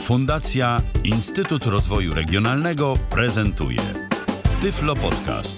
Fundacja Instytut Rozwoju Regionalnego prezentuje Tyflo Podcast.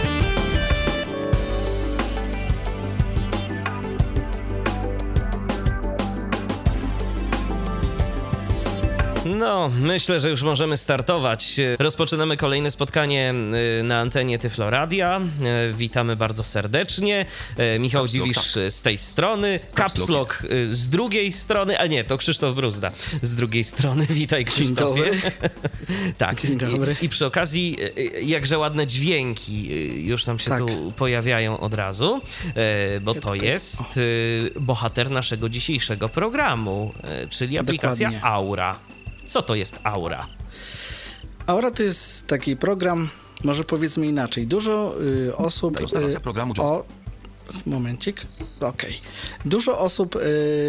No, myślę, że już możemy startować. Rozpoczynamy kolejne spotkanie na antenie Tyflo Radia. Witamy bardzo serdecznie. Michał Dziwisz z tej strony, Caps Lock z drugiej strony, a nie, to Krzysztof Bruzda z drugiej strony. Witaj, Krzysztofie. Dzień dobry. Tak. Dzień dobry. I przy okazji, jakże ładne dźwięki już nam się tu pojawiają od razu, bo to jest bohater naszego dzisiejszego programu, czyli aplikacja Dokładnie. Aura. Co to jest Aura? Aura to jest taki program, może powiedzmy inaczej. Dużo osób... Instalacja programu Momencik. Okej. Dużo osób,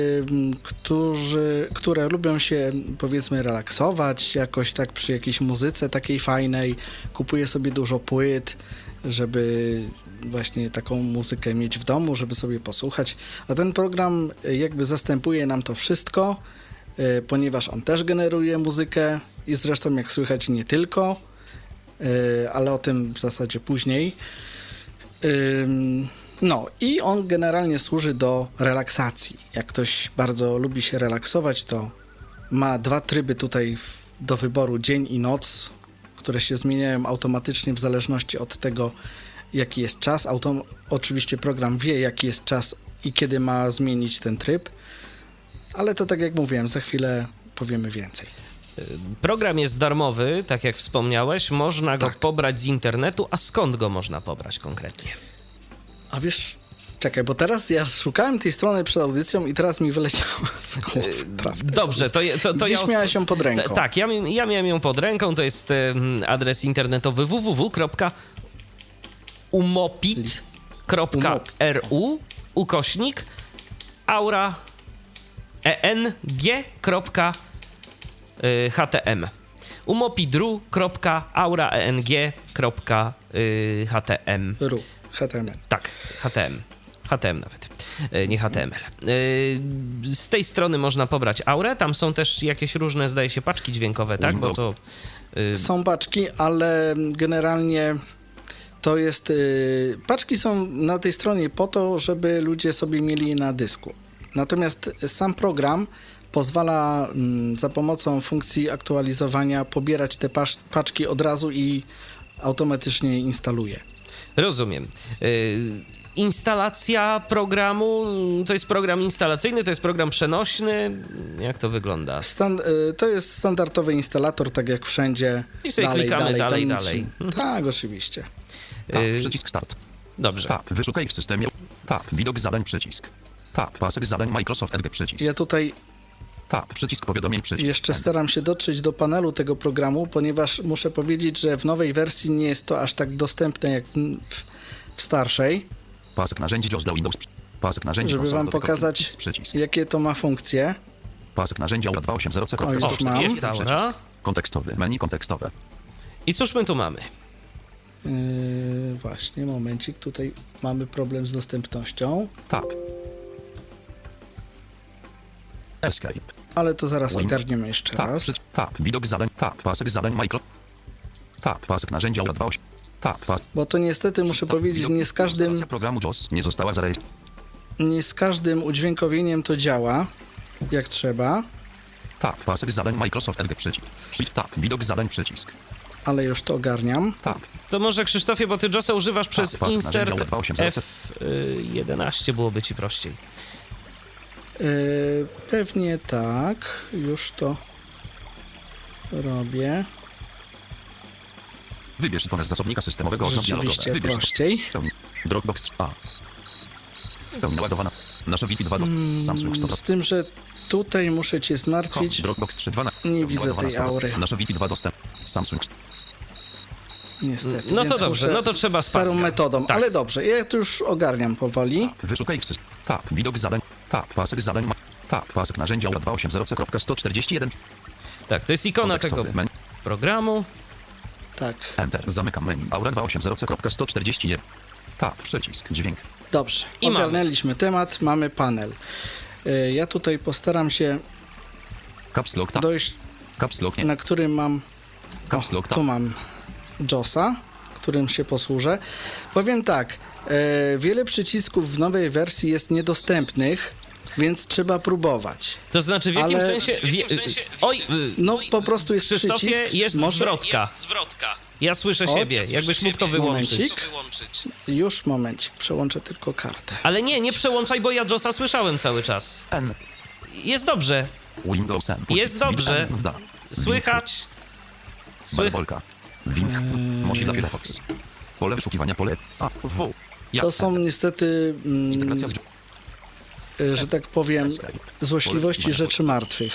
które lubią się, powiedzmy, relaksować jakoś tak przy jakiejś muzyce takiej fajnej, kupuje sobie dużo płyt, żeby właśnie taką muzykę mieć w domu, żeby sobie posłuchać. A ten program jakby zastępuje nam to wszystko, ponieważ on też generuje muzykę i zresztą, jak słychać, nie tylko, ale o tym w zasadzie później. No i on generalnie służy do relaksacji. Jak ktoś bardzo lubi się relaksować, to ma dwa tryby tutaj do wyboru, dzień i noc, które się zmieniają automatycznie w zależności od tego, jaki jest czas. Oczywiście program wie, jaki jest czas i kiedy ma zmienić ten tryb, ale to tak jak mówiłem, za chwilę powiemy więcej. Program jest darmowy, tak jak wspomniałeś, można go pobrać z internetu, a skąd go można pobrać konkretnie? A wiesz, czekaj, bo teraz ja szukałem tej strony przed audycją i teraz mi wyleciała z głowy, prawda? Dobrze, to Gdzieś miałeś ją pod ręką. Tak, ja miałem ją pod ręką, to jest adres internetowy www.umopit.ru /aura eng.htm umopidru.auraeng.htm HTML. Tak, HTM nawet, nie HTML. Z tej strony można pobrać Aurę, tam są też jakieś różne, zdaje się, paczki dźwiękowe, tak? Bo to... Są paczki, ale generalnie to jest... Paczki są na tej stronie po to, żeby ludzie sobie mieli na dysku. Natomiast sam program pozwala za pomocą funkcji aktualizowania pobierać te paczki od razu i automatycznie instaluje. Rozumiem. Instalacja programu, to jest program instalacyjny, to jest program przenośny? Jak to wygląda? To jest standardowy instalator, tak jak wszędzie. I sobie klikamy dalej. Tak, oczywiście. Tab, przycisk start. Dobrze. Tab, wyszukaj w systemie. Tab, widok zadań, przycisk. Tab, pasek zadań Microsoft Edge, przycisk. Ja tutaj Tab, przycisk powiadomień, przycisk. jeszcze staram się dotrzeć do panelu tego programu, ponieważ muszę powiedzieć, że w nowej wersji nie jest to aż tak dostępne jak w starszej. Pasek narzędzi JAWS dla Windows. Pasek narzędzi żeby wam pokazać, jakie to ma funkcje. Pasek narzędzi Aura 280. O, już mam. Jest Aura. Kontekstowy, menu kontekstowe. I cóż my tu mamy? Właśnie, momencik, tutaj mamy problem z dostępnością. Tab. Escape. Ale to zaraz ogarniemy jeszcze raz. Tab, widok zadań, tab, pasek zadań Micro. Tab, pasek narzędzia Aura 280. Tab, bo to niestety muszę powiedzieć, nie z każdym programu JAWS nie została zarejestrowana. Nie z każdym udźwiękowieniem to działa jak trzeba. Tab, pasek zadań Microsoft Edge, przycisk. Shift tab, widok zadań, przycisk. Ale już to ogarniam. Tab. To może, Krzysztofie, bo ty JAWSa używasz przez insert F11, byłoby ci prościej. Pewnie tak. Już to robię. Wybierz ikon z zasobnika systemowego okno dialogowe. Rzeczywiście prościej. Dropbox 3A. W pełni naładowana. Nasze Wi-Fi 2 do Samsung 100%. Z tym, że tutaj muszę cię zmartwić. Dropbox 3.2. Nie widzę tej aury. Nasze Wi-Fi 2 dostęp. Samsung. Niestety. No to dobrze, no to trzeba starą metodą, tak. Ale dobrze, ja to już ogarniam powoli. Wyszukaj w systemie. Tab, widok zadań. Tab, pasek zadań. Tab, pasek narzędzia Aura 280.141. Tak, to jest ikona tego programu. Tak. Enter, zamykam menu. Aura 280.141. Tab, przycisk, dźwięk. Dobrze, ogarnęliśmy temat, mamy panel. Ja tutaj postaram się Caps Lock, tab. dojść Caps Lock nie. na którym mam... Caps Lock, tu mam JOS-a, którym się posłużę. Powiem tak, wiele przycisków w nowej wersji jest niedostępnych, więc trzeba próbować. To znaczy w jakim Ale- sensie... Oj, No po prostu jest Krzysztofie, przycisk... jest zwrotka. Ja słyszę O, siebie, jakbyś mógł to wyłączyć. Momencik. Już momencik, przełączę tylko kartę. Ale nie przełączaj, bo ja JOS-a słyszałem cały czas. N. Jest dobrze, Windows N. Jest dobrze. Wda. słychać. Barbolka. Wing. Mozilla Firefox. Pole wyszukiwania pole A, W. Ja. To są niestety, Integracja z że tak powiem, złośliwości rzeczy martwych.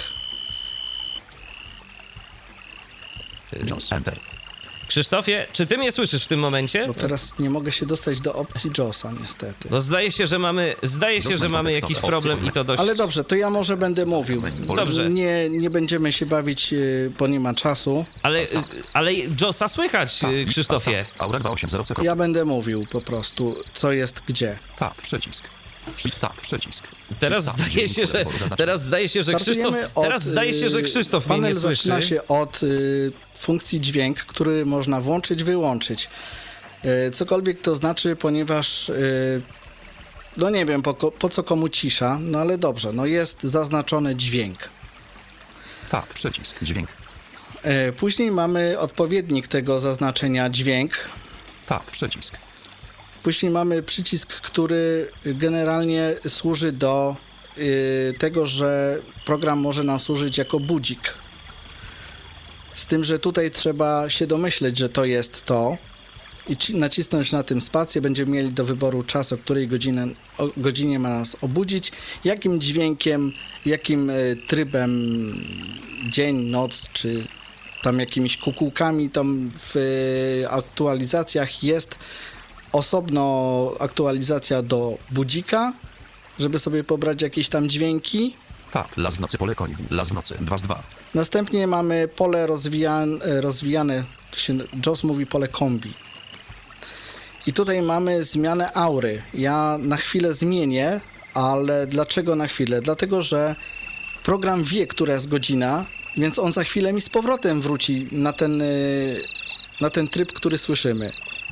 JOS. Enter. Krzysztofie, czy ty mnie słyszysz w tym momencie? Bo teraz nie mogę się dostać do opcji JOS-a niestety. No zdaje się, że mamy jakiś problem i to dość... Ale dobrze, to ja może będę mówił. Dobrze. Nie będziemy się bawić, bo nie ma czasu. Ale JOS-a słychać, Krzysztofie. Aura 280. Ja będę mówił po prostu, co jest gdzie. Tab, przycisk. Shift tab, przycisk. Teraz Shift tab, zdaje się, że Startujemy Krzysztof mnie panel nie słyszy. zaczyna się od funkcji dźwięk, który można włączyć, wyłączyć. Cokolwiek to znaczy, ponieważ no nie wiem po co komu cisza, no ale dobrze, no jest zaznaczony dźwięk. Tab, przycisk, dźwięk. Później mamy odpowiednik tego zaznaczenia dźwięk. Tab, przycisk. Później mamy przycisk, który generalnie służy do tego, że program może nam służyć jako budzik. Z tym, że tutaj trzeba się domyśleć, że to jest to i nacisnąć na tym spację. Będziemy mieli do wyboru czas, o której godzinie ma nas obudzić, jakim dźwiękiem, jakim trybem, dzień, noc, czy tam jakimiś kukułkami. Tam w aktualizacjach jest osobno aktualizacja do budzika, żeby sobie pobrać jakieś tam dźwięki. Tab, las w nocy, pole koni. Las w nocy, 2 z 2. Następnie mamy pole rozwijane, to się JOS mówi pole kombi. I tutaj mamy zmianę aury. Ja na chwilę zmienię, ale dlaczego na chwilę? Dlatego, że program wie, która jest godzina, więc on za chwilę mi z powrotem wróci na ten tryb, który słyszymy.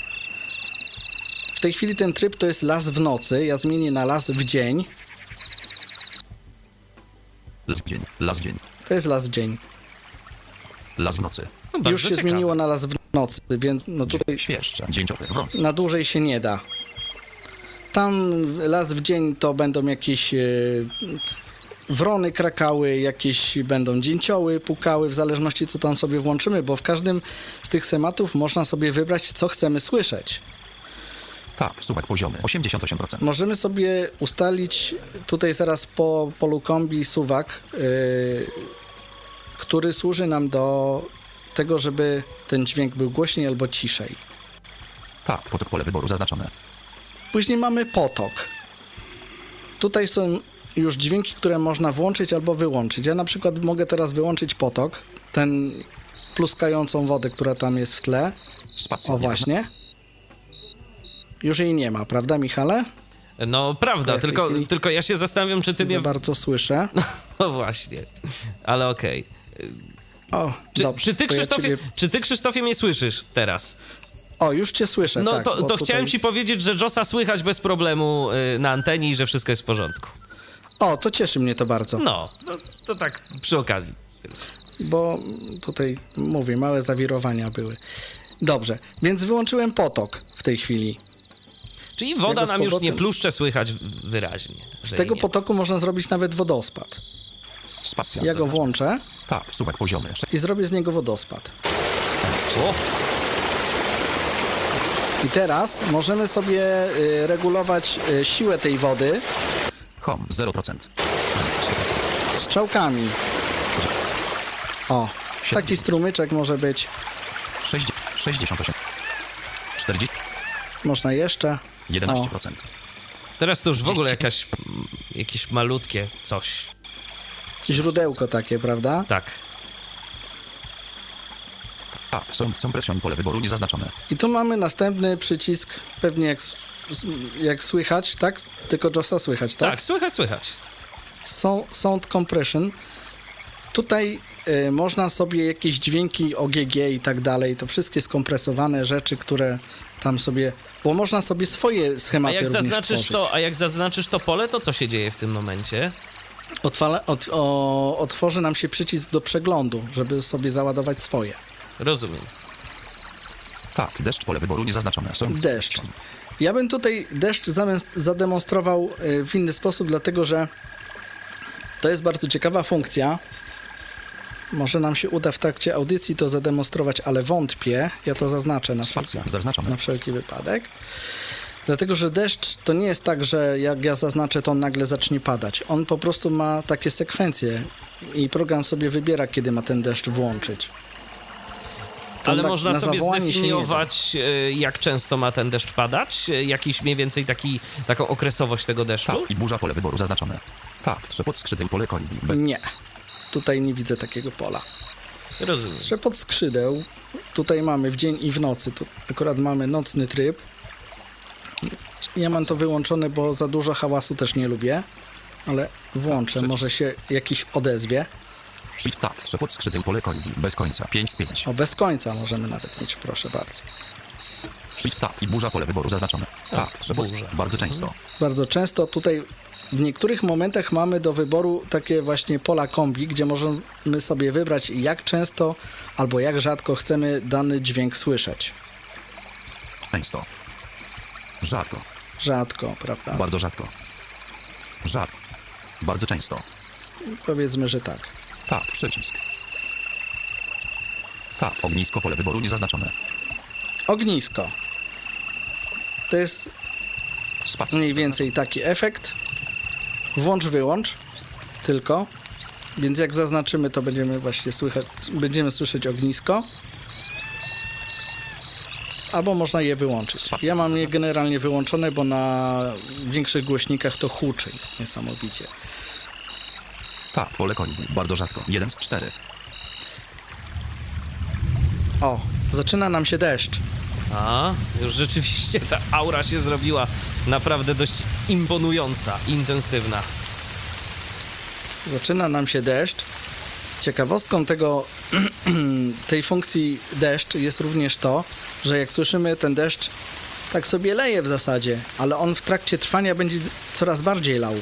W tej chwili ten tryb to jest las w nocy. Ja zmienię na las w dzień. Las w dzień, las w dzień. To jest las w dzień. Las w nocy. No, bardzo Już się ciekawe. zmieniło na las w nocy, więc no tutaj Świerszcze, dzięciowy, wron. na dłużej się nie da. Tam las w dzień to będą jakieś wrony krakały, jakieś będą dzięcioły pukały, w zależności co tam sobie włączymy, bo w każdym z tych schematów można sobie wybrać, co chcemy słyszeć. Tab, suwak poziomy, 88%. Możemy sobie ustalić tutaj zaraz po polu kombi suwak, który służy nam do tego, żeby ten dźwięk był głośniej albo ciszej. Tab, potok pole wyboru zaznaczone. Później mamy potok. Tutaj są już dźwięki, które można włączyć albo wyłączyć. Ja na przykład mogę teraz wyłączyć potok, ten pluskającą wodę, która tam jest w tle. Spacja, O właśnie. Już jej nie ma, prawda Michale? No prawda, Ja w tej chwili tylko ja się zastanawiam, czy ty Nie mnie... za bardzo słyszę. No właśnie, ale okej. O, dobrze. Czy ty, Krzysztofie, mnie słyszysz teraz? O, już cię słyszę, No tak. to bo tutaj... chciałem ci powiedzieć, że JOS-a słychać bez problemu na antenie i że wszystko jest w porządku. O, to cieszy mnie to bardzo, No, to tak przy okazji. bo tutaj, mówię, małe zawirowania były. Dobrze, więc wyłączyłem potok w tej chwili. Czyli woda Ja go z nam już nie powrotem- pluszcze, słychać wyraźnie. Z tego potoku można zrobić nawet wodospad. Spacja, Ja go zaznaczone. włączę Tab, suwak poziomy, i zrobię z niego wodospad. O, I teraz możemy sobie regulować siłę tej wody home, 0%. strzałkami. O, taki strumyczek może być. 68. 40. Można jeszcze. 11%. teraz to już w ogóle jakieś malutkie coś. Źródełko takie, prawda? Tak. A, są presją pole wyboru niezaznaczone. I tu mamy następny przycisk, pewnie jak słychać, tak? Tylko JOS-a słychać, tak? Tak, słychać. Sound Compression. Tutaj można sobie jakieś dźwięki OGG i tak dalej, to wszystkie skompresowane rzeczy, które tam sobie, bo można sobie swoje schematy również tworzyć. A jak zaznaczysz to pole, to co się dzieje w tym momencie? Otworzy nam się przycisk do przeglądu, żeby sobie załadować swoje. Rozumiem. Tak, deszcz, pole wyboru niezaznaczone. Deszcz. Ja bym tutaj deszcz zademonstrował w inny sposób, dlatego że to jest bardzo ciekawa funkcja. Może nam się uda w trakcie audycji to zademonstrować, ale wątpię. Ja to zaznaczę na wszelki wypadek. Dlatego, że deszcz to nie jest tak, że jak ja zaznaczę, to on nagle zacznie padać. On po prostu ma takie sekwencje i program sobie wybiera, kiedy ma ten deszcz włączyć. Ale można sobie zdefiniować, jak często ma ten deszcz padać? Jakiś mniej więcej taką okresowość tego deszczu? Tak, i burza, pole wyboru zaznaczone. Tak, trzepot skrzydeł, pole kolibri. Nie, tutaj nie widzę takiego pola. Rozumiem. Trzepot skrzydeł, tutaj mamy w dzień i w nocy. Tu akurat mamy nocny tryb. Ja mam to wyłączone, bo za dużo hałasu też nie lubię, ale włączę, może się jakiś odezwie. Shift tab, trzepot skrzydeł, pole kolibri, bez końca, 5 z 5. O, bez końca możemy nawet mieć, proszę bardzo. Shift tab i burza, pole wyboru zaznaczone. Tak, trzepot, bardzo często. Bardzo często tutaj w niektórych momentach mamy do wyboru takie właśnie pola kombi, gdzie możemy sobie wybrać, jak często albo jak rzadko chcemy dany dźwięk słyszeć. Często. Rzadko. Rzadko, prawda? Bardzo rzadko. Rzadko. Bardzo często. Powiedzmy, że tak. Tak, przycisk. Tak, ognisko, pole wyboru niezaznaczone. Ognisko. To jest Spacer. mniej więcej taki efekt. Włącz, wyłącz tylko. Więc jak zaznaczymy, to będziemy słyszeć ognisko. Albo można je wyłączyć. Ja mam je generalnie wyłączone, bo na większych głośnikach to huczy niesamowicie. Tak, pole kolibri, bardzo rzadko. 1 z 4. O, zaczyna nam się deszcz. A, już rzeczywiście ta aura się zrobiła naprawdę dość imponująca, intensywna. Zaczyna nam się deszcz. Ciekawostką tej funkcji deszcz jest również to, że jak słyszymy, ten deszcz tak sobie leje w zasadzie, ale on w trakcie trwania będzie coraz bardziej lał.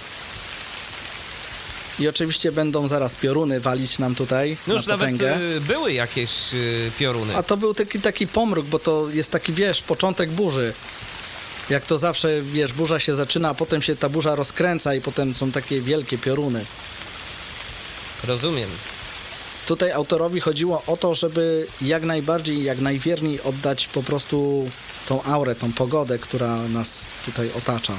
I oczywiście będą zaraz pioruny walić nam tutaj no już na potęgę. Nawet były jakieś pioruny. A to był taki pomruk, bo to jest taki, początek burzy. Jak to zawsze, burza się zaczyna, a potem się ta burza rozkręca i potem są takie wielkie pioruny. Rozumiem. Tutaj autorowi chodziło o to, żeby jak najbardziej, jak najwierniej oddać po prostu tą aurę, tą pogodę, która nas tutaj otacza.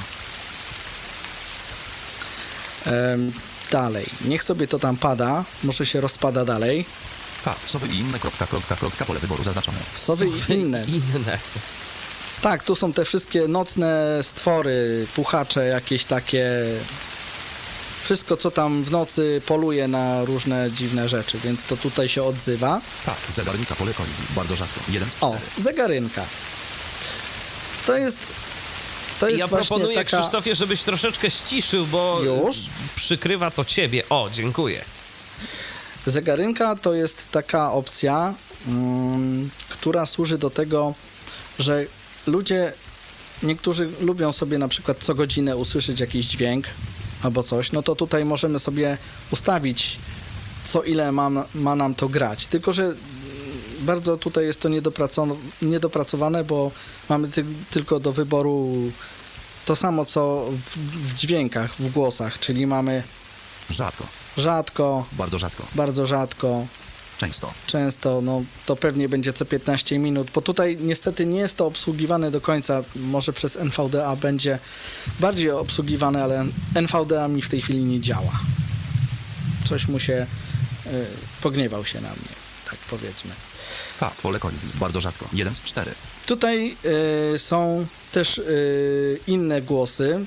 Dalej. Niech sobie to tam pada. Może się rozpada dalej. Tak, sowy i inne, pole wyboru zaznaczone. Sowy i inne. Tak, tu są te wszystkie nocne stwory, puchacze jakieś takie. Wszystko, co tam w nocy poluje na różne dziwne rzeczy, więc to tutaj się odzywa. Tak, zegarynka, pole kolibri, bardzo rzadko. 1 z 4. O, zegarynka. To jest ja proponuję, taka... Krzysztofie, żebyś troszeczkę ściszył, bo już przykrywa to ciebie. O, dziękuję. Zegarynka to jest taka opcja, która służy do tego, że niektórzy lubią sobie na przykład co godzinę usłyszeć jakiś dźwięk albo coś, no to tutaj możemy sobie ustawić, co ile ma nam to grać. Tylko że bardzo tutaj jest to niedopracowane, bo mamy tylko do wyboru to samo, co w dźwiękach, w głosach, czyli mamy rzadko, bardzo rzadko, często, no to pewnie będzie co 15 minut, bo tutaj niestety nie jest to obsługiwane do końca, może przez NVDA będzie bardziej obsługiwane, ale NVDA mi w tej chwili nie działa. Coś mu się, pogniewał się na mnie, tak powiedzmy. Tak, pole kolibri, bardzo rzadko, 1 z 4. Tutaj są też inne głosy,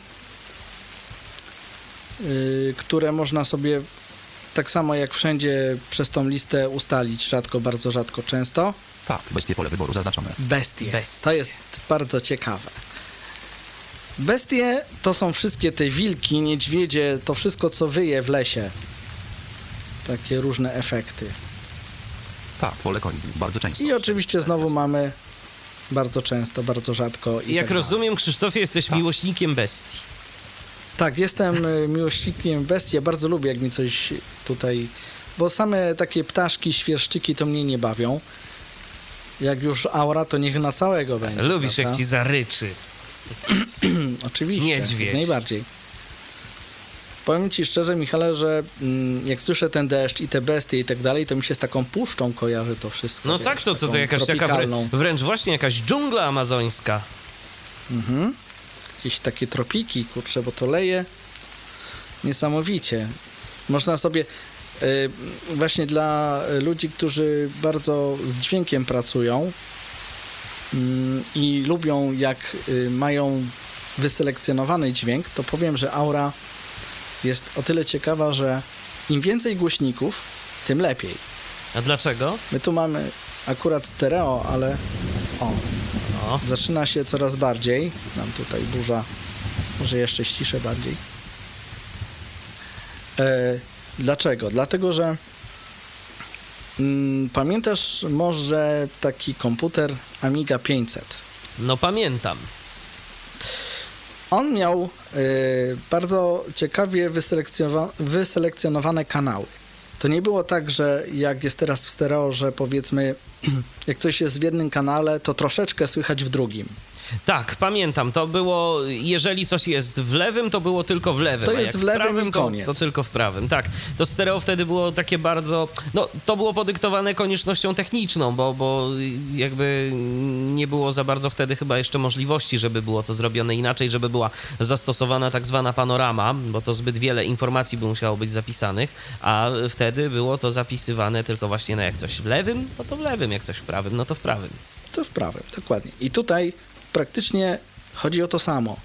które można sobie tak samo jak wszędzie przez tą listę ustalić, rzadko, bardzo rzadko, często. Tak, bestie, pole wyboru zaznaczone. Bestie. To jest bardzo ciekawe. Bestie to są wszystkie te wilki, niedźwiedzie, to wszystko, co wyje w lesie. takie różne efekty. Tak, pole koni, bardzo często. I oczywiście znowu mamy bardzo często, bardzo rzadko. I Jak tak rozumiem, Krzysztofie, jesteś miłośnikiem bestii. Tak, jestem miłośnikiem bestii. Ja bardzo lubię, jak mi coś tutaj... Bo same takie ptaszki, świerszczyki to mnie nie bawią. Jak już aura, to niech na całego będzie. Lubisz, prawda? jak ci zaryczy. Oczywiście, niedźwiedź. jak najbardziej. Powiem ci szczerze, Michale, że jak słyszę ten deszcz i te bestie i tak dalej, to mi się z taką puszczą kojarzy to wszystko. No wiesz, tak, to taką jakaś taka tropikalną. wręcz właśnie jakaś dżungla amazońska. Jakieś takie tropiki, kurczę, bo to leje niesamowicie. Można sobie właśnie dla ludzi, którzy bardzo z dźwiękiem pracują i lubią, jak mają wyselekcjonowany dźwięk, to powiem, że aura jest o tyle ciekawa, że im więcej głośników, tym lepiej. A dlaczego? My tu mamy akurat stereo, ale zaczyna się coraz bardziej. Nam tutaj burza, może jeszcze ściszę bardziej. Dlaczego? Dlatego, że pamiętasz może taki komputer Amiga 500? No pamiętam. On miał bardzo ciekawie wyselekcjonowane kanały. To nie było tak, że jak jest teraz w stereo, że powiedzmy, jak coś jest w jednym kanale, to troszeczkę słychać w drugim. Tak, pamiętam. To było, jeżeli coś jest w lewym, to było tylko w lewym. To a jest jak w lewym prawym, i koniec. To tylko w prawym. Tak. To stereo wtedy było takie bardzo... No, to było podyktowane koniecznością techniczną, bo jakby nie było za bardzo wtedy chyba jeszcze możliwości, żeby było to zrobione inaczej, żeby była zastosowana tak zwana panorama, bo to zbyt wiele informacji by musiało być zapisanych, a wtedy było to zapisywane tylko właśnie jak coś w lewym, no to w lewym, jak coś w prawym, no to w prawym. To w prawym, dokładnie. I tutaj praktycznie chodzi o to samo.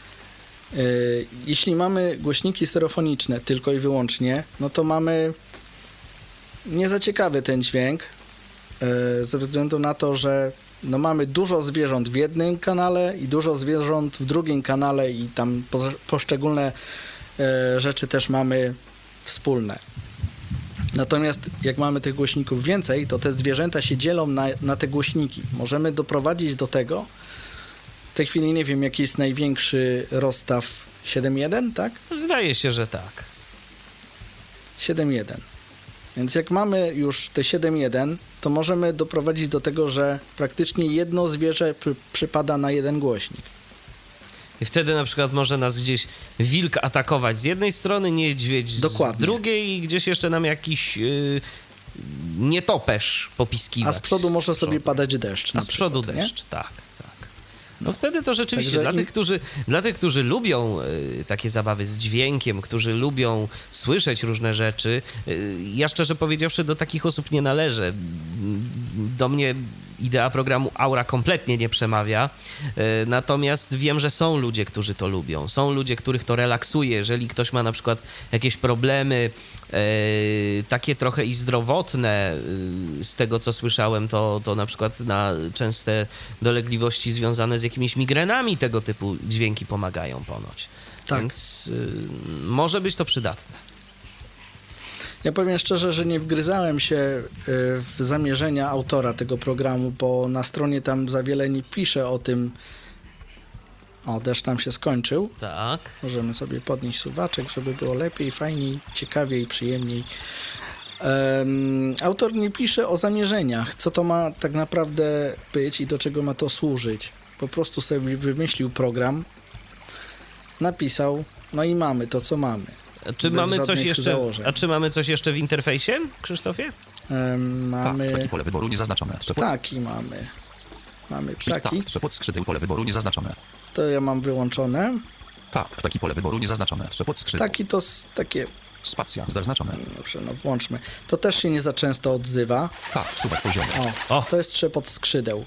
Jeśli mamy głośniki stereofoniczne tylko i wyłącznie, no to mamy nie za ciekawy ten dźwięk, ze względu na to, że no mamy dużo zwierząt w jednym kanale i dużo zwierząt w drugim kanale i tam poszczególne rzeczy też mamy wspólne. Natomiast jak mamy tych głośników więcej, to te zwierzęta się dzielą na te głośniki. Możemy doprowadzić do tego, w tej chwili nie wiem, jaki jest największy rozstaw, 7.1, tak? Zdaje się, że tak. 7.1. Więc jak mamy już te 7.1, to możemy doprowadzić do tego, że praktycznie jedno zwierzę przypada na jeden głośnik. I wtedy na przykład może nas gdzieś wilk atakować z jednej strony, niedźwiedź Dokładnie. z drugiej i gdzieś jeszcze nam jakiś nietoperz popiskiwać. A z przodu może sobie padać deszcz. A z przodu przykład, deszcz, tak. No wtedy to rzeczywiście Także dla tych, którzy lubią takie zabawy z dźwiękiem, którzy lubią słyszeć różne rzeczy, ja szczerze powiedziawszy do takich osób nie należę. Do mnie idea programu Aura kompletnie nie przemawia, natomiast wiem, że są ludzie, którzy to lubią. Są ludzie, których to relaksuje. Jeżeli ktoś ma na przykład jakieś problemy takie trochę i zdrowotne, z tego co słyszałem, to na przykład na częste dolegliwości związane z jakimiś migrenami tego typu dźwięki pomagają ponoć. Tak. Więc może być to przydatne. Ja powiem szczerze, że nie wgryzałem się w zamierzenia autora tego programu, bo na stronie tam za wiele nie pisze o tym. O, deszcz nam się skończył. Tak. Możemy sobie podnieść suwaczek, żeby było lepiej, fajniej, ciekawiej, przyjemniej. Autor nie pisze o zamierzeniach, co to ma tak naprawdę być i do czego ma to służyć. Po prostu sobie wymyślił program, napisał, no i mamy to, co mamy. Czy Bez mamy coś żadnych jeszcze? założeń. A czy mamy coś jeszcze w interfejsie, Krzysztofie? Mamy... Tak, takie pole wyboru niezaznaczone. Trzepot. Ptaki mamy. Mamy Tak, ptaki. trzepot skrzydeł, pole wyboru niezaznaczone. To ja mam wyłączone. Tak, takie pole wyboru niezaznaczone. Trzepot skrzydeł. Ptaki to takie... Spacja, zaznaczone. Dobrze, no włączmy. To też się nie za często odzywa. Tak, suwak poziomy. O. To jest trzepot skrzydeł.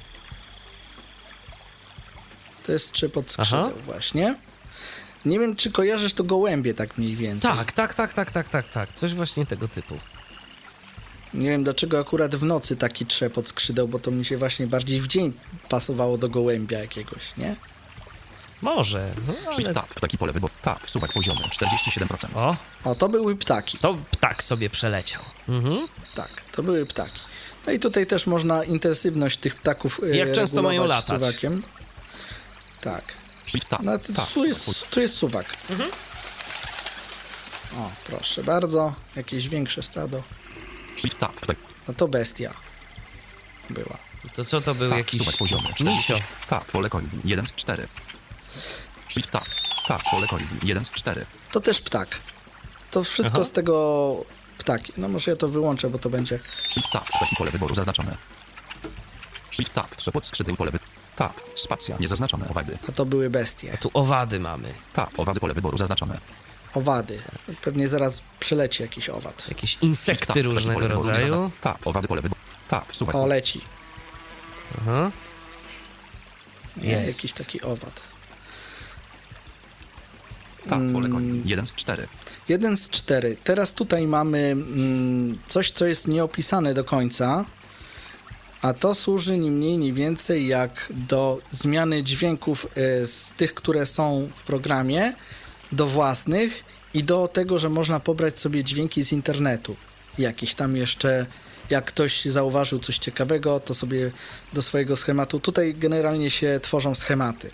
To jest trzepot skrzydeł właśnie. Nie wiem, czy kojarzysz to gołębie tak mniej więcej. Tak. Coś właśnie tego typu. Nie wiem, dlaczego akurat w nocy taki trzepot skrzydeł, bo to mi się właśnie bardziej w dzień pasowało do gołębia jakiegoś, nie? Może. No, Shift ale... tab, ptaki pole wyboru. Tab, suwak poziomy, 47%. O, to były ptaki. to ptak sobie przeleciał. Mhm. Tak, to były ptaki. No i tutaj też można intensywność tych ptaków Jak często mają regulować latać? suwakiem. Tak. Shift tab, No, tab, tu jest suwak. O, proszę bardzo. Jakieś większe stado. Shift tab, ptak. No to bestia była. To co to był Tab, jakiś suwak poziomy, misio? 40. Tab, pole kolbii, 1 z 4. Shift tab, tab, pole kolbii, 1 z 4. To też ptak. To wszystko Aha. z tego ptaki. No może ja to wyłączę, bo to będzie... Shift tab, ptaki pole wyboru zaznaczone. Shift tab, trzepot skrzydeł pole wyboru. Tab, spacja, niezaznaczone, owady. A to były bestie. Tu owady mamy. Tab, owady pole wyboru zaznaczone. Owady. Pewnie zaraz przeleci jakiś owad. Jakieś Shift insekty tab, ptaki różnego pole wyboru rodzaju. niezaznaczone. Tab, owady pole wyboru. Tab, suwak. O, leci. Aha. Nie, Jest. jakiś taki owad. Tab, pole kolbii, 1 z 4. 1 z 4. Teraz tutaj mamy coś, co jest nieopisane do końca, a to służy ni mniej, ni więcej jak do zmiany dźwięków z tych, które są w programie, do własnych i do tego, że można pobrać sobie dźwięki z internetu. Jakiś tam jeszcze, jak ktoś zauważył coś ciekawego, to sobie do swojego schematu. Tutaj generalnie się tworzą schematy.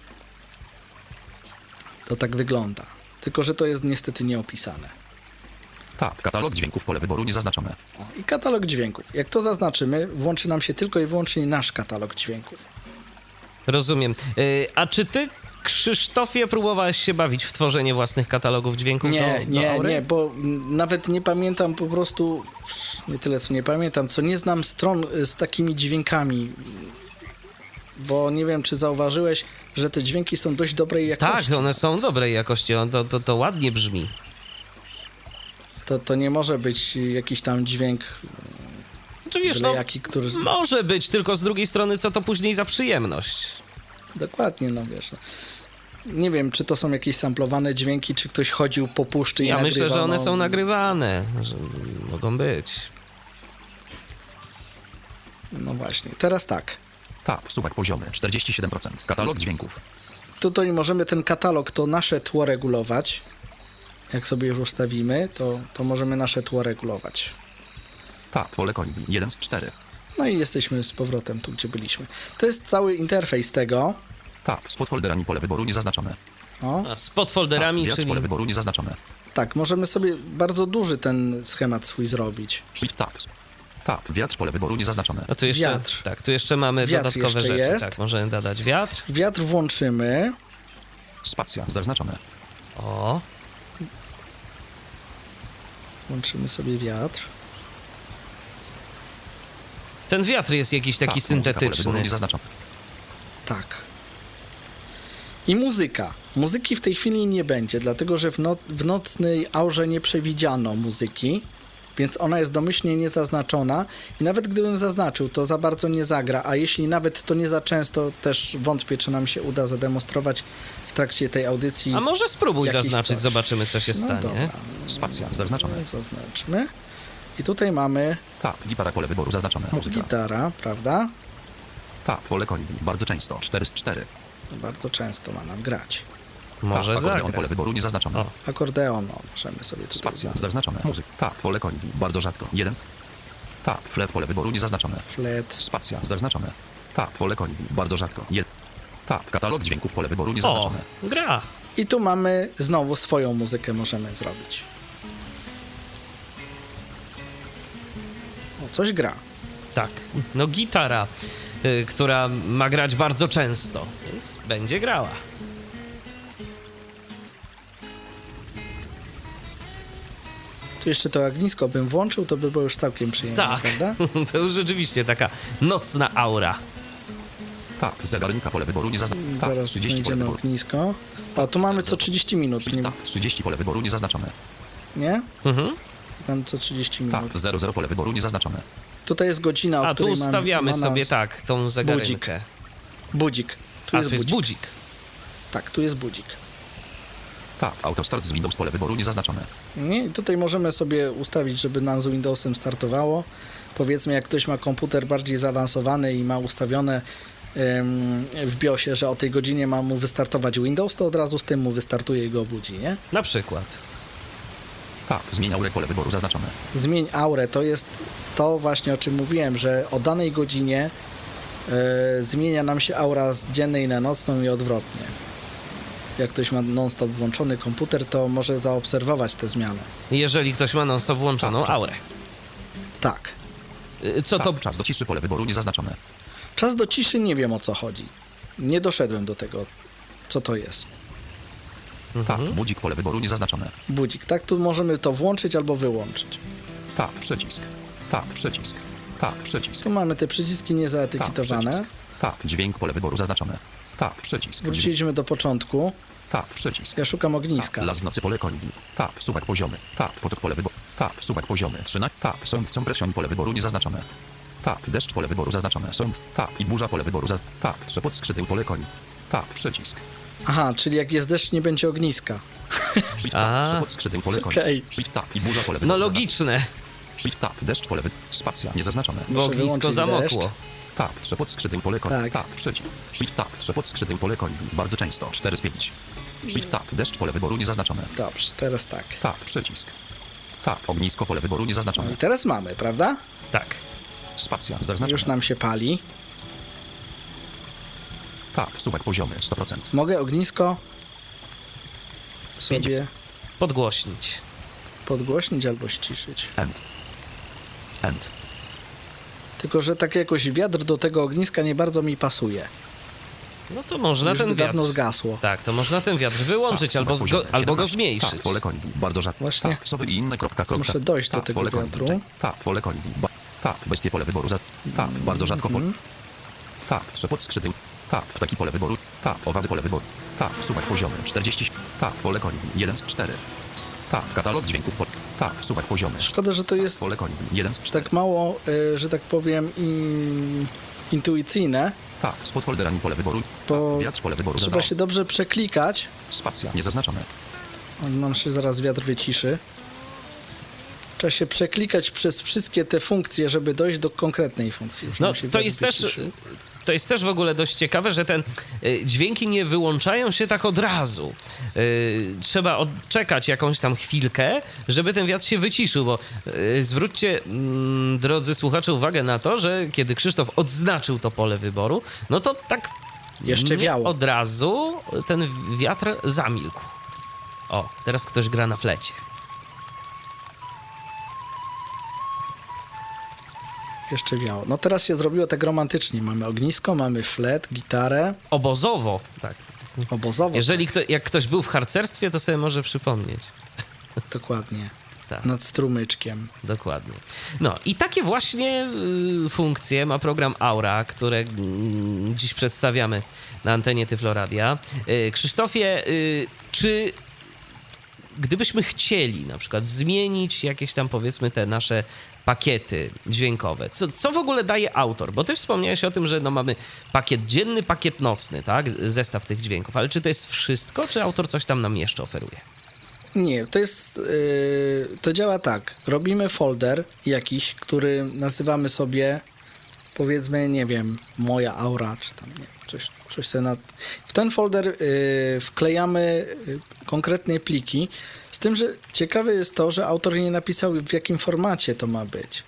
To tak wygląda. Tylko że to jest niestety nieopisane. Tab, katalog dźwięków pole wyboru niezaznaczone. O, i katalog dźwięków. Jak to zaznaczymy, włączy nam się tylko i wyłącznie nasz katalog dźwięków. Rozumiem. A czy ty, Krzysztofie, próbowałeś się bawić w tworzenie własnych katalogów dźwięków do Aury? Nie, bo nawet nie pamiętam po prostu, nie tyle co nie pamiętam, co nie znam stron z takimi dźwiękami. Bo nie wiem, czy zauważyłeś, że te dźwięki są dość dobrej jakości. Tak, one są dobrej jakości, to ładnie brzmi. To nie może być jakiś tam dźwięk Czy wiesz, byle no, jaki, który... może być, tylko z drugiej strony, co to później za przyjemność? Dokładnie, no wiesz. No. Nie wiem, czy to są jakieś samplowane dźwięki, czy ktoś chodził po puszczy i Ja nagrywał. myślę, że one są nagrywane, że mogą być. No właśnie, teraz tak. Tab, suwak poziomy, 47%. Katalog dźwięków. Tutaj możemy ten katalog, to nasze tło regulować. Jak sobie już ustawimy, to możemy nasze tło regulować. Tab, pole kolbii, 1 z 4. No i jesteśmy z powrotem tu, gdzie byliśmy. To jest cały interfejs tego. Tab, z podfolderami pole wyboru niezaznaczone. O, A z podfolderami, Tab, wiatr czyli... pole wyboru niezaznaczone. tak, możemy sobie bardzo duży ten schemat swój zrobić. Shift tab. Tab, wiatr pole wyboru niezaznaczone. No tu jeszcze, Wiatr. Tak, tu jeszcze mamy Wiatr dodatkowe jeszcze rzeczy. jest. Tak, możemy dodać wiatr. Wiatr włączymy. Spacja, zaznaczone. O, Włączymy sobie wiatr. ten wiatr jest jakiś taki Tab, muzyka, pole wyboru syntetyczny. niezaznaczone. Tak. I muzyka. Muzyki w tej chwili nie będzie, dlatego że w nocnej aurze nie przewidziano muzyki, więc ona jest domyślnie niezaznaczona i nawet gdybym zaznaczył, to za bardzo nie zagra, a jeśli nawet to nie za często, też wątpię, czy nam się uda zademonstrować w trakcie tej audycji. A może spróbuj jakiś zaznaczyć, coś. zobaczymy, co się No stanie. dobra, Spacja, zaznaczone. zaznaczmy. I tutaj mamy Tab, gitara pole wyboru zaznaczone. Muzyka. gitara, prawda? Tab, pole kolbii, bardzo często, 4 z 4. Bardzo często ma nam grać. Może Tab, akordeon pole zagra. wyboru niezaznaczone. O. Akordeon, możemy sobie tutaj Spacja, zaznaczone. Muzyka. Tab, pole kolbii, bardzo rzadko, 1. Tab, flet pole wyboru niezaznaczone. flet. Spacja, zaznaczone. Tab, pole kolbii, bardzo rzadko, 1. Tab, katalog dźwięków pole wyboru O, niezaznaczone. gra. I tu mamy znowu swoją muzykę możemy zrobić. O, coś gra. Tak, no gitara, która ma grać bardzo często, więc będzie grała. Tu jeszcze to ognisko bym włączył, to by było już całkiem przyjemne, Tak, prawda? to już rzeczywiście taka nocna aura. Tab, zegarnika pole wyboru niezaznaczone. Tab, Zaraz 30 pole znajdziemy wyboru. ognisko. O, tu mamy co 30 minut, Shift tab, 30 pole wyboru niezaznaczone. nie? Mhm. Tam co 30 minut. Tab, 00 pole wyboru niezaznaczone. Tutaj jest godzina, o A tu której ustawiamy ma sobie nas tak, tą zegarynkę. budzik. Tu A jest tu jest budzik. budzik. Tak, tu jest budzik. Tab, autostart z Windows pole wyboru niezaznaczone. Nie? I tutaj możemy sobie ustawić, żeby nam z Windowsem startowało. Powiedzmy, jak ktoś ma komputer bardziej zaawansowany i ma ustawione w BIOSie, że o tej godzinie ma mu wystartować Windows, to od razu z tym mu wystartuje i go obudzi, nie? Na przykład. Tak, zmień aurę, pole wyboru zaznaczone. Zmień aurę, to jest to właśnie, o czym mówiłem, że o danej godzinie zmienia nam się aura z dziennej na nocną i odwrotnie. Jak ktoś ma non-stop włączony komputer, to może zaobserwować te zmiany. Jeżeli ktoś ma non-stop włączoną aurę. Tak. Co to... Czas do ciszy, pole wyboru niezaznaczone. Czas do ciszy nie wiem, o co chodzi. Nie doszedłem do tego, co to jest. Tak, budzik, pole wyboru niezaznaczone. Budzik, tak? Tu możemy to włączyć albo wyłączyć. Tak, przycisk. Tak, przycisk. Tak, przycisk. Tu mamy te przyciski Tak, niezaetykietowane. przycisk. Tak, dźwięk, pole wyboru zaznaczone. Tak, przycisk. Dźwięk. Wróciliśmy do początku. Tak, przycisk. Ja szukam ogniska. Tak, las w nocy, pole kolibri. Tak, suwak poziomy. Tak, potok, pole wyboru. Tak, suwak poziomy. 13. Tak, sąd, compression, pole wyboru niezaznaczone. Tak, deszcz, pole wyboru zaznaczone. Sąd. Tak, i burza, pole wyboru tak, trzepot skrzydeł, pole kolibri. Tak, przycisk. Aha, czyli jak jest deszcz, nie będzie ogniska. Shift tab, trzepot skrzydeł, pole kolibri. Okej. Shift tab i burza, pole No wyboru logiczne, Shift tab, deszcz, pole wyboru. Spacja, niezaznaczone. bo Muszę ognisko wyłączyć zamokło. deszcz. Tak, trzepot skrzydeł, pole kolibri. Tak. Tak, przycisk. Shift tab, trzepot skrzydeł, pole kolibri. Bardzo często, 4 z 5. Shift tab, deszcz, pole wyboru niezaznaczone. Dobrze, teraz tak. Tak, przycisk. Tak, ognisko, pole wyboru No niezaznaczone. i teraz mamy, prawda? Tak. Spacja, zaznaczone. Już nam się pali. Tak, suwak poziomy, 100%. Mogę ognisko sobie Podgłośnić. podgłośnić albo ściszyć. End. End. Tylko że tak jakoś wiatr do tego ogniska nie bardzo mi pasuje. No to można Już ten by wiatr... dawno zgasło. Tak, to można ten wiatr wyłączyć Tak, albo, suwak poziomy, albo go 17. zmniejszyć. Tak, pole kolibri, bardzo rzadko. Właśnie. Tak, sowy i inne, kropka. Muszę dojść do Tak, tego pole kolibri, wiatru. Tak, pole kolibri. Tak, bestie, pole wyboru tak, bardzo rzadko pole. Tak, trzepot skrzydeł. Tak, ptaki, pole wyboru. Tak, owady, pole wyboru. Tak, suwak poziomy, 40. Tak, pole kolibri, 1 z 4. Tak, katalog dźwięków. Tak, suwak poziomy. Szkoda, że to jest Pole kolibri, 1 z 4. tak mało, że tak powiem, intuicyjne, Tak, z podfolderami pole wyboru. bo Tak, wiatr, pole wyboru. trzeba się dobrze przeklikać. Spacja, niezaznaczone. Nam się zaraz wiatr wyciszy. Trzeba się przeklikać przez wszystkie te funkcje, żeby dojść do konkretnej funkcji. Już No nam się to wiatr jest też... wyciszył. To jest też w ogóle dość ciekawe, że ten dźwięki nie wyłączają się tak od razu. Trzeba odczekać jakąś tam chwilkę, żeby ten wiatr się wyciszył, bo zwróćcie, drodzy słuchacze, uwagę na to, że kiedy Krzysztof odznaczył to pole wyboru, no to tak Jeszcze nie wiało. od razu ten wiatr zamilkł. O, teraz ktoś gra na flecie. Jeszcze wiało. No teraz się zrobiło tak romantycznie. Mamy ognisko, mamy flet, gitarę, Obozowo, tak. obozowo. Jeżeli jak ktoś był w harcerstwie, to sobie może przypomnieć. Dokładnie. Tak. Nad strumyczkiem. Dokładnie. No i takie właśnie funkcje ma program Aura, które dziś przedstawiamy na antenie Tyfloradia. Krzysztofie, czy gdybyśmy chcieli na przykład zmienić jakieś tam, powiedzmy, te nasze pakiety dźwiękowe, co w ogóle daje autor? Bo ty wspomniałeś o tym, że no mamy pakiet dzienny, pakiet nocny, tak? Zestaw tych dźwięków. Ale czy to jest wszystko, czy autor coś tam nam jeszcze oferuje? Nie, to jest, to działa tak. Robimy folder jakiś, który nazywamy sobie, powiedzmy, nie wiem, moja aura, czy tam, nie, coś sobie w ten folder wklejamy konkretne pliki, z tym, że ciekawe jest to, że autor nie napisał, w jakim formacie to ma być.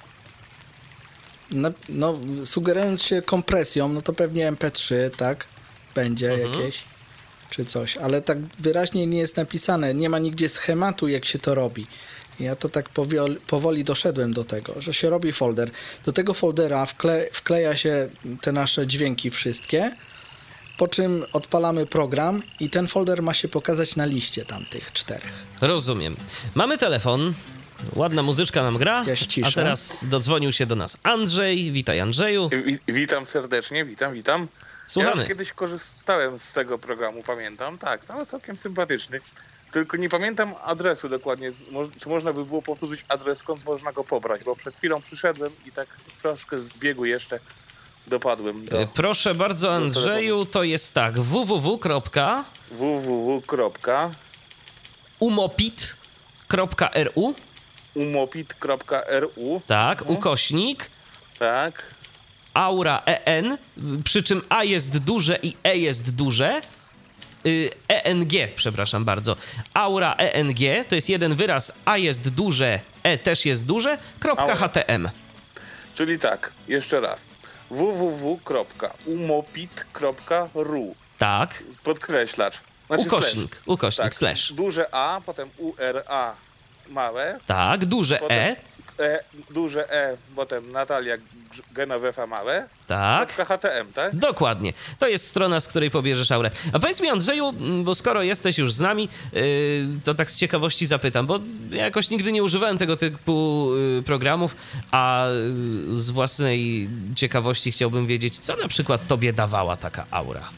No, sugerując się kompresją, no to pewnie MP3, tak? Będzie jakieś, czy coś, ale tak wyraźnie nie jest napisane, nie ma nigdzie schematu, jak się to robi. Ja to tak powoli doszedłem do tego, że się robi folder. Do tego foldera wkleja się te nasze dźwięki wszystkie, po czym odpalamy program i ten folder ma się pokazać na liście tamtych 4. Rozumiem. Mamy telefon, ładna muzyczka nam gra, Ja ściszę. a teraz dodzwonił się do nas Andrzej. Witaj, Andrzeju. Witam serdecznie, witam. Słuchamy. Ja już kiedyś korzystałem z tego programu, pamiętam. Tak, to całkiem sympatyczny. Tylko nie pamiętam adresu dokładnie. Czy można by było powtórzyć adres, skąd można go pobrać? Bo przed chwilą przyszedłem i tak troszkę z biegu jeszcze dopadłem do... Proszę bardzo, Andrzeju, to jest tak, www.umopit.ru umopit.ru, tak, ukośnik, tak, Aura EN, przy czym A jest duże i E jest duże. ENG, przepraszam bardzo. Aura ENG to jest jeden wyraz, A jest duże, E też jest duże, .htm. Czyli tak, jeszcze raz. www.umopit.ru. Tak. Podkreślacz. Ukośnik, slash. slash. Duże A, potem URA małe. Tak, duże Potem E. Duże E, potem Natalia Genovefa małe. Tak. .htm, tak? Dokładnie. To jest strona, z której pobierzesz aurę. A powiedz mi, Andrzeju, bo skoro jesteś już z nami, to tak z ciekawości zapytam, bo ja jakoś nigdy nie używałem tego typu programów, a z własnej ciekawości chciałbym wiedzieć, co na przykład tobie dawała taka aura.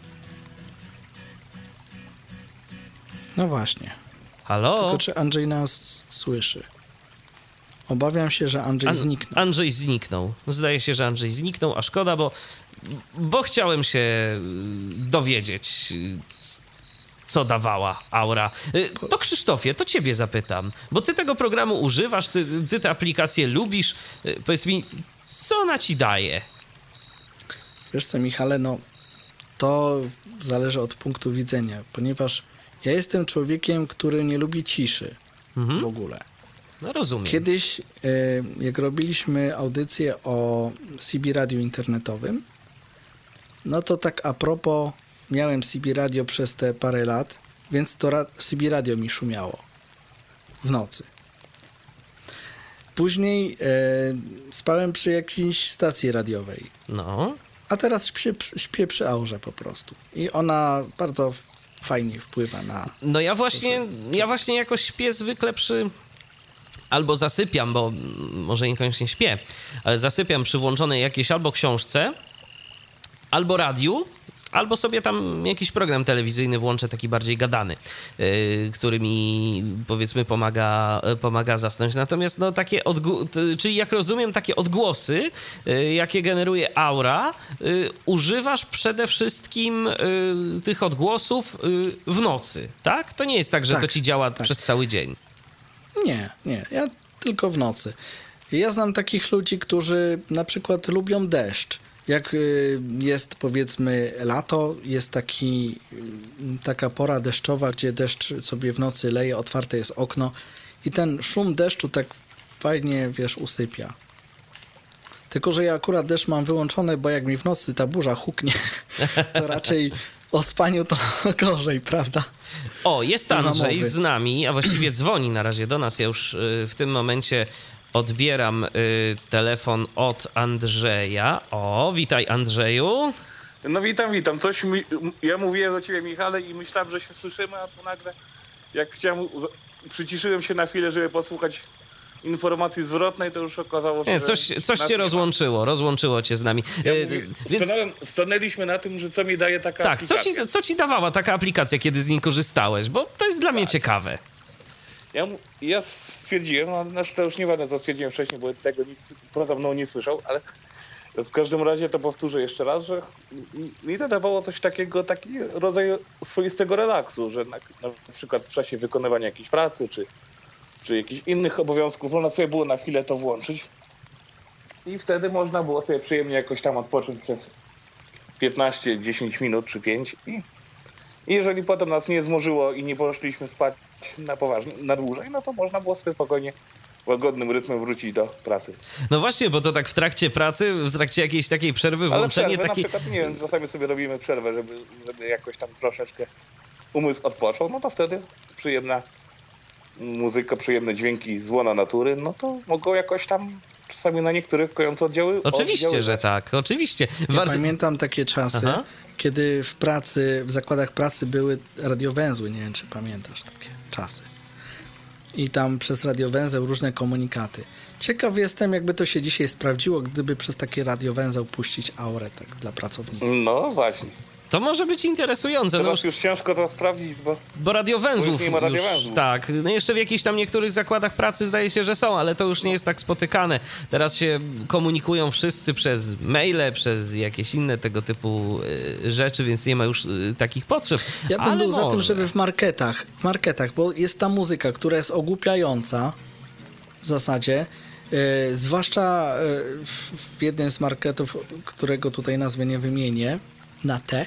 No właśnie. Halo? Tylko czy Andrzej nas słyszy? Obawiam się, że Andrzej zniknął. Andrzej zniknął. Zdaje się, że Andrzej zniknął, a szkoda, bo chciałem się dowiedzieć, co dawała aura. To Krzysztofie, to ciebie zapytam, bo ty tego programu używasz, ty tę aplikację lubisz. Powiedz mi, co ona ci daje? Wiesz co, Michale, no to zależy od punktu widzenia, ponieważ ja jestem człowiekiem, który nie lubi ciszy w ogóle. No rozumiem. Kiedyś, jak robiliśmy audycję o CB radiu internetowym, no to tak a propos, miałem CB radio przez te parę lat, więc to CB radio mi szumiało w nocy. Później spałem przy jakiejś stacji radiowej. No. A teraz śpię przy aurze po prostu. I ona bardzo fajnie wpływa na... No ja właśnie jakoś śpię zwykle albo zasypiam, bo może niekoniecznie śpię, ale zasypiam przy włączonej jakiejś albo książce, albo radiu, albo sobie tam jakiś program telewizyjny włączę, taki bardziej gadany, który mi, powiedzmy, pomaga zasnąć. Natomiast no takie czyli jak rozumiem, takie odgłosy, jakie generuje aura, używasz przede wszystkim tych odgłosów w nocy, tak? To nie jest tak, że to ci działa przez cały dzień. Nie, ja tylko w nocy. Ja znam takich ludzi, którzy na przykład lubią deszcz. Jak jest, powiedzmy, lato, jest taka pora deszczowa, gdzie deszcz sobie w nocy leje, otwarte jest okno i ten szum deszczu tak fajnie, wiesz, usypia. Tylko że ja akurat deszcz mam wyłączony, bo jak mi w nocy ta burza huknie, to raczej o spaniu to gorzej, prawda? O, jest Andrzej z nami, a właściwie dzwoni na razie do nas. Ja już w tym momencie odbieram telefon od Andrzeja. O, witaj, Andrzeju. No witam. Ja mówiłem do ciebie, Michale, i myślałem, że się słyszymy, a tu nagle przyciszyłem się na chwilę, żeby posłuchać informacji zwrotnej, to już okazało się, coś cię rozłączyło cię z nami. Stanęliśmy na tym, że co mi daje taka aplikacja. Tak, co ci dawała taka aplikacja, kiedy z niej korzystałeś? Bo to jest dla mnie ciekawe. Ja stwierdziłem, znaczy to już nie będę, co stwierdziłem wcześniej, bo tego nikt poza mną nie słyszał, ale w każdym razie to powtórzę jeszcze raz, że mi to dawało coś takiego, taki rodzaj swoistego relaksu, że na przykład w czasie wykonywania jakiejś pracy, czy jakichś innych obowiązków, można sobie było na chwilę to włączyć i wtedy można było sobie przyjemnie jakoś tam odpocząć przez 15, 10 minut czy 5 i jeżeli potem nas nie zmorzyło i nie poszliśmy spać na dłużej, no to można było sobie spokojnie łagodnym rytmem wrócić do pracy. No właśnie, bo to tak w trakcie pracy, w trakcie jakiejś takiej przerwy, włączenie na przykład, nie wiem, czasami sobie robimy przerwę, żeby jakoś tam troszeczkę umysł odpoczął, no to wtedy przyjemna muzyka, przyjemne dźwięki z łona natury, no to mogą jakoś tam czasami na niektórych kojące oddziały. Oczywiście, że tak, oczywiście. Ja pamiętam takie czasy, kiedy w zakładach pracy były radiowęzły, nie wiem, czy pamiętasz takie czasy. I tam przez radiowęzeł różne komunikaty. Ciekaw jestem, jakby to się dzisiaj sprawdziło, gdyby przez taki radiowęzeł puścić aurę tak dla pracowników. No właśnie. To może być interesujące. Teraz już ciężko to sprawdzić, bo radiowęzłów nie ma radiowęzłów. Już, tak, no jeszcze w jakichś tam niektórych zakładach pracy zdaje się, że są, ale to już nie jest tak spotykane. Teraz się komunikują wszyscy przez maile, przez jakieś inne tego typu rzeczy, więc nie ma już takich potrzeb. Ja bym był za tym, żeby w marketach, bo jest ta muzyka, która jest ogłupiająca w zasadzie. Zwłaszcza w jednym z marketów, którego tutaj nazwy nie wymienię, na T.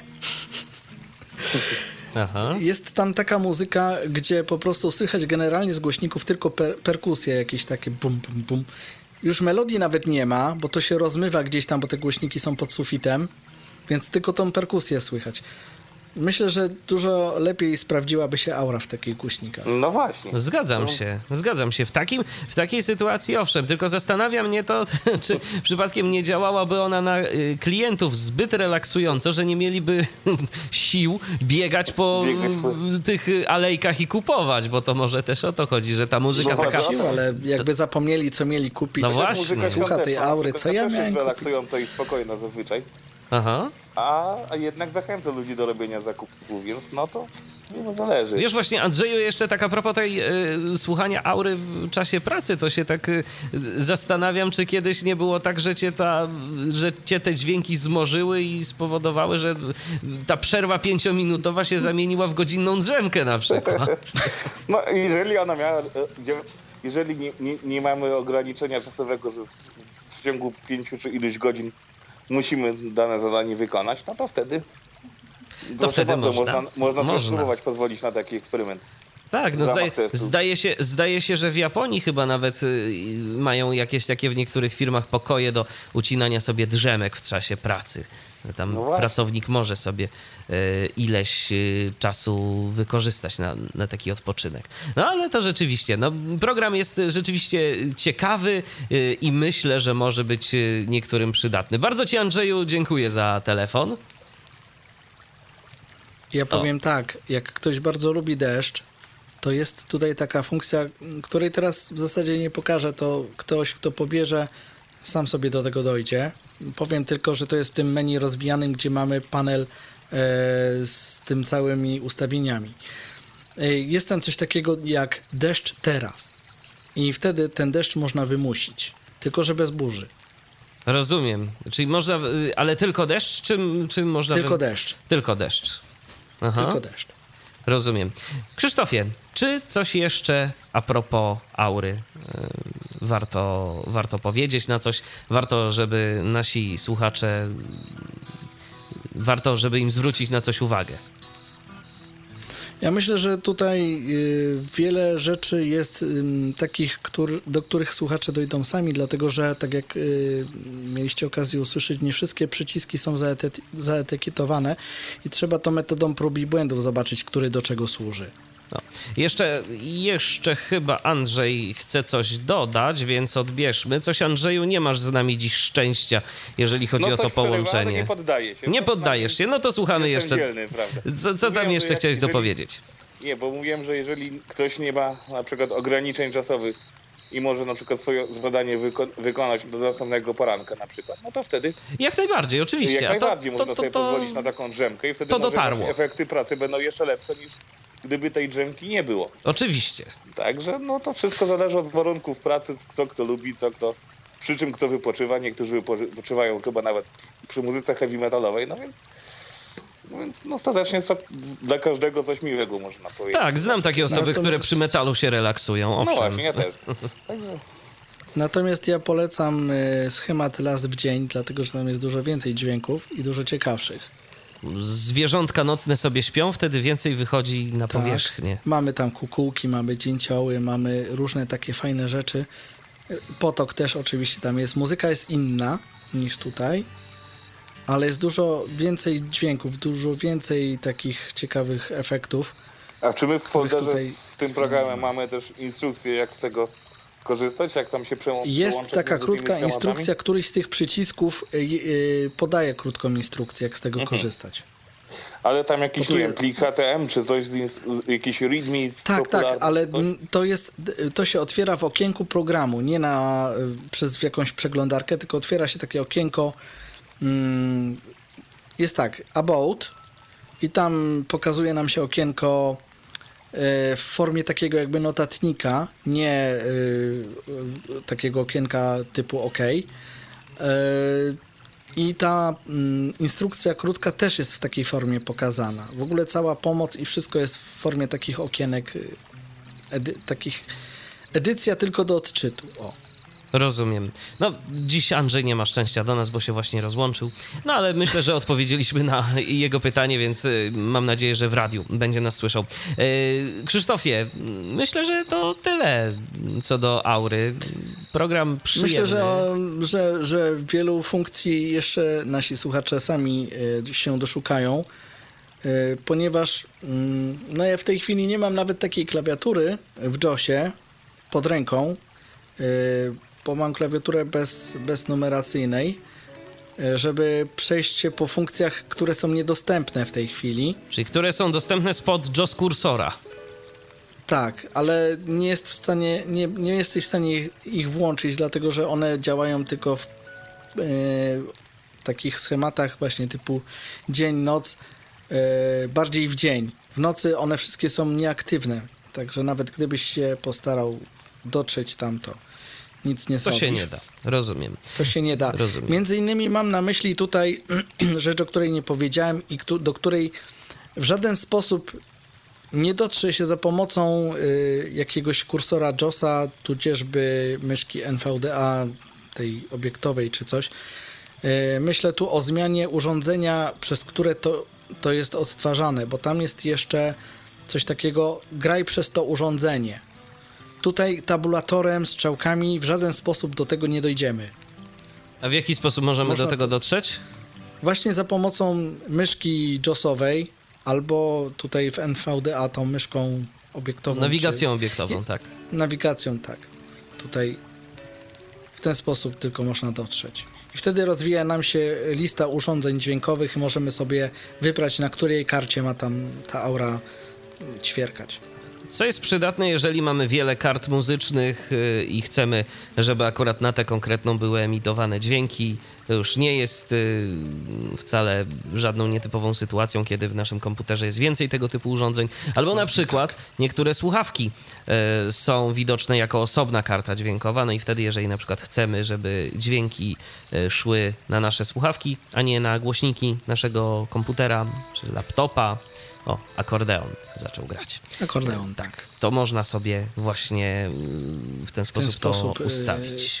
Aha. Jest tam taka muzyka, gdzie po prostu słychać generalnie z głośników tylko perkusje jakieś takie bum, bum, bum. Już melodii nawet nie ma, bo to się rozmywa gdzieś tam, bo te głośniki są pod sufitem, więc tylko tą perkusję słychać. Myślę, że dużo lepiej sprawdziłaby się aura w takich głośnikach. No właśnie. Zgadzam się. W takiej sytuacji owszem, tylko zastanawia mnie to, czy przypadkiem nie działałaby ona na klientów zbyt relaksująco, że nie mieliby sił biegać po tych alejkach i kupować, bo to może też o to chodzi, że ta muzyka taka... Sił, ale jakby zapomnieli, co mieli kupić. No właśnie. Słucha tej aury, co ja miałem kupić? Relaksująca i spokojna zazwyczaj. Aha. A jednak zachęca ludzi do robienia zakupów, więc no to zależy. Wiesz właśnie, Andrzeju, jeszcze tak a propos tej słuchania aury w czasie pracy, to się tak zastanawiam, czy kiedyś nie było tak, że cię te dźwięki zmorzyły i spowodowały, że ta przerwa 5-minutowa się zamieniła w godzinną drzemkę na przykład. No jeżeli ona miała, jeżeli nie mamy ograniczenia czasowego, że w ciągu 5 czy iluś godzin musimy dane zadanie wykonać, no to wtedy można spróbować pozwolić na taki eksperyment. Tak, no zdaje się, że w Japonii chyba nawet mają jakieś takie w niektórych firmach pokoje do ucinania sobie drzemek w czasie pracy. Tam pracownik może sobie ileś czasu wykorzystać na taki odpoczynek. No ale to rzeczywiście, program jest rzeczywiście ciekawy i myślę, że może być niektórym przydatny. Bardzo ci, Andrzeju, dziękuję za telefon. Ja powiem tak, jak ktoś bardzo lubi deszcz, to jest tutaj taka funkcja, której teraz w zasadzie nie pokażę, to ktoś, kto pobierze, sam sobie do tego dojdzie. Powiem tylko, że to jest w tym menu rozwijanym, gdzie mamy panel z tym całymi ustawieniami. Jest tam coś takiego jak deszcz teraz. I wtedy ten deszcz można wymusić, tylko że bez burzy. Rozumiem. Czyli można, ale tylko deszcz, czy można... Tylko deszcz. Tylko deszcz. Aha. Tylko deszcz. Rozumiem. Krzysztofie, czy coś jeszcze a propos aury warto powiedzieć, na coś warto, żeby nasi słuchacze, warto, żeby im zwrócić na coś uwagę? Ja myślę, że tutaj wiele rzeczy jest takich, do których słuchacze dojdą sami, dlatego że, tak jak mieliście okazję usłyszeć, nie wszystkie przyciski są zaetykietowane i trzeba to metodą prób i błędów zobaczyć, który do czego służy. No. Jeszcze chyba Andrzej chce coś dodać, więc odbierzmy. Coś, Andrzeju, nie masz z nami dziś szczęścia, jeżeli chodzi o to połączenie. Nie poddaję się. Nie poddajesz się, no to słuchamy jeszcze. Dzielny, co tam jeszcze chciałeś dopowiedzieć? Nie, bo mówiłem, że jeżeli ktoś nie ma na przykład ograniczeń czasowych i może na przykład swoje zadanie wykonać do następnego poranka na przykład, no to wtedy... Jak najbardziej, oczywiście. Jak najbardziej można sobie pozwolić na taką drzemkę i wtedy to dotarło. Efekty pracy będą jeszcze lepsze niż gdyby tej drzemki nie było. Oczywiście. Także no to wszystko zależy od warunków pracy, co kto lubi, przy czym kto wypoczywa. Niektórzy wypoczywają chyba nawet przy muzyce heavy metalowej, no więc ostatecznie dla każdego coś miłego można powiedzieć. Tak, znam takie osoby, które przy metalu się relaksują. Owszem. No właśnie, ja też. Także... Natomiast ja polecam schemat raz w dzień, dlatego że tam jest dużo więcej dźwięków i dużo ciekawszych. Zwierzątka nocne sobie śpią, wtedy więcej wychodzi na powierzchnię. Mamy tam kukułki, mamy dzięcioły, mamy różne takie fajne rzeczy. Potok też oczywiście tam jest. Muzyka jest inna niż tutaj, ale jest dużo więcej dźwięków, dużo więcej takich ciekawych efektów. A czy my w folderze z tym programem mamy też instrukcję, jak z tego korzystać, jak tam się przełączyć? Jest taka krótka instrukcja, któryś z tych przycisków podaje krótką instrukcję, jak z tego korzystać. Ale tam jakiś, nie wiem, plik HTML, czy coś, jakiś readme? Tak, ale to się otwiera w okienku programu, nie przez jakąś przeglądarkę, tylko otwiera się takie okienko, jest tak, about i tam pokazuje nam się okienko w formie takiego jakby notatnika, nie takiego okienka typu OK. I ta instrukcja krótka też jest w takiej formie pokazana. W ogóle cała pomoc i wszystko jest w formie takich okienek, takich edycja tylko do odczytu. O. Rozumiem. No, dziś Andrzej nie ma szczęścia do nas, bo się właśnie rozłączył. No, ale myślę, że odpowiedzieliśmy na jego pytanie, więc mam nadzieję, że w radiu będzie nas słyszał. Krzysztofie, myślę, że to tyle co do Aury. Program przyjemny. Myślę, że wielu funkcji jeszcze nasi słuchacze sami się doszukają, ponieważ no ja w tej chwili nie mam nawet takiej klawiatury w JOSie pod ręką, bo mam klawiaturę beznumeracyjnej, żeby przejść się po funkcjach, które są niedostępne w tej chwili. Czyli które są dostępne spod JOS kursora. Tak, ale nie jesteś w stanie ich włączyć, dlatego że one działają tylko w takich schematach właśnie typu dzień, noc, bardziej w dzień. W nocy one wszystkie są nieaktywne, także nawet gdybyś się postarał dotrzeć tam, to nic nie zrobisz. To się nie da, rozumiem. To się nie da. Rozumiem. Między innymi mam na myśli tutaj rzecz, o której nie powiedziałem i do której w żaden sposób nie dotrze się za pomocą jakiegoś kursora JOSa, tudzieżby myszki NVDA, tej obiektowej czy coś. Myślę tu o zmianie urządzenia, przez które to jest odtwarzane, bo tam jest jeszcze coś takiego, graj przez to urządzenie. Tutaj tabulatorem, strzałkami w żaden sposób do tego nie dojdziemy. A w jaki sposób możemy do tego dotrzeć? Właśnie za pomocą myszki JOSowej, albo tutaj w NVDA tą myszką obiektową. Nawigacją obiektową, tak. Nawigacją, tak. Tutaj w ten sposób tylko można dotrzeć. I wtedy rozwija nam się lista urządzeń dźwiękowych i możemy sobie wybrać, na której karcie ma tam ta Aura ćwierkać. Co jest przydatne, jeżeli mamy wiele kart muzycznych i chcemy, żeby akurat na tę konkretną były emitowane dźwięki. To już nie jest wcale żadną nietypową sytuacją, kiedy w naszym komputerze jest więcej tego typu urządzeń. Albo na przykład niektóre słuchawki są widoczne jako osobna karta dźwiękowa, no i wtedy, jeżeli na przykład chcemy, żeby dźwięki szły na nasze słuchawki, a nie na głośniki naszego komputera czy laptopa, akordeon zaczął grać. Akordeon, tak. To można sobie właśnie w ten sposób to ustawić.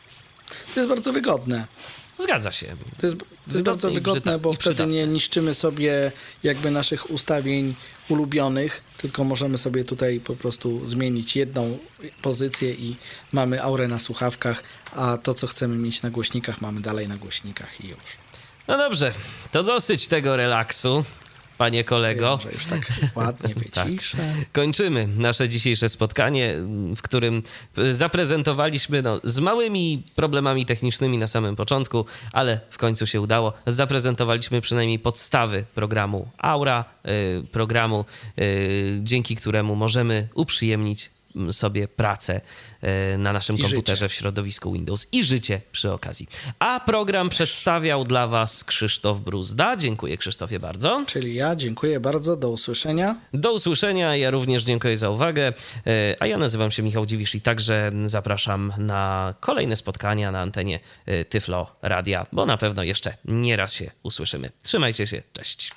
To jest bardzo wygodne. Zgadza się. To jest bardzo wygodne, bo wtedy nie niszczymy sobie jakby naszych ustawień ulubionych, tylko możemy sobie tutaj po prostu zmienić jedną pozycję i mamy Aurę na słuchawkach, a to, co chcemy mieć na głośnikach, mamy dalej na głośnikach i już. No dobrze, to dosyć tego relaksu, panie kolego. Może już tak ładnie wyciszę. Tak. Kończymy nasze dzisiejsze spotkanie, w którym zaprezentowaliśmy z małymi problemami technicznymi na samym początku, ale w końcu się udało. Zaprezentowaliśmy przynajmniej podstawy programu Aura, programu, dzięki któremu możemy uprzyjemnić sobie pracę na naszym komputerze w środowisku Windows i życie przy okazji. A program przedstawiał dla was Krzysztof Bruzda. Dziękuję, Krzysztofie, bardzo. Czyli ja dziękuję bardzo. Do usłyszenia. Do usłyszenia. Ja również dziękuję za uwagę. A ja nazywam się Michał Dziwisz i także zapraszam na kolejne spotkania na antenie Tyflo Radia, bo na pewno jeszcze nie raz się usłyszymy. Trzymajcie się. Cześć.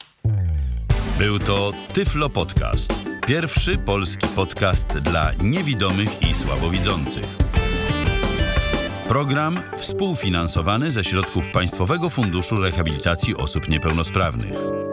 Był to Tyflo Podcast. Pierwszy polski podcast dla niewidomych i słabowidzących. Program współfinansowany ze środków Państwowego Funduszu Rehabilitacji Osób Niepełnosprawnych.